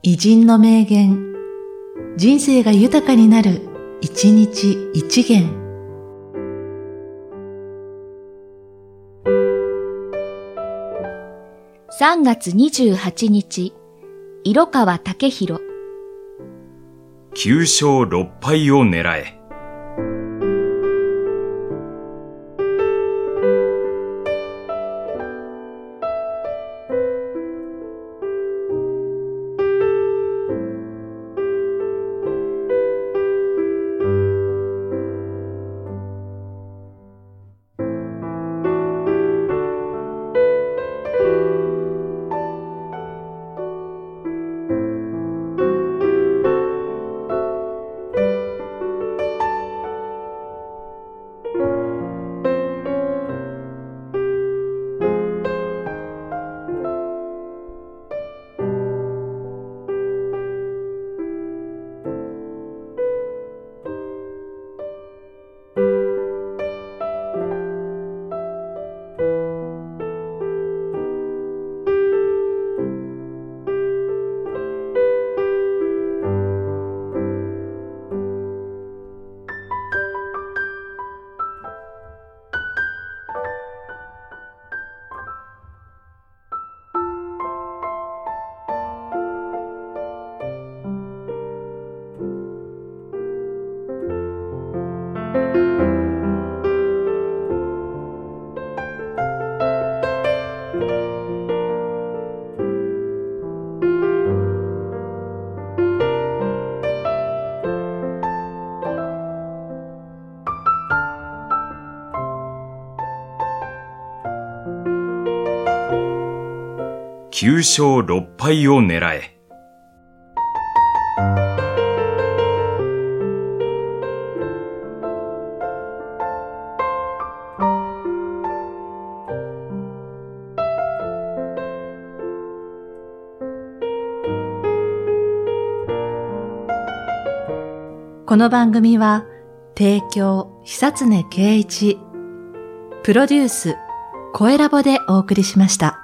偉人の名言、人生が豊かになる、一日一元。 3月28日、色川武弘。 9勝6敗を狙え。9勝6敗を狙え。 この番組は提供久常圭一、プロデュース声ラボでお送りしました。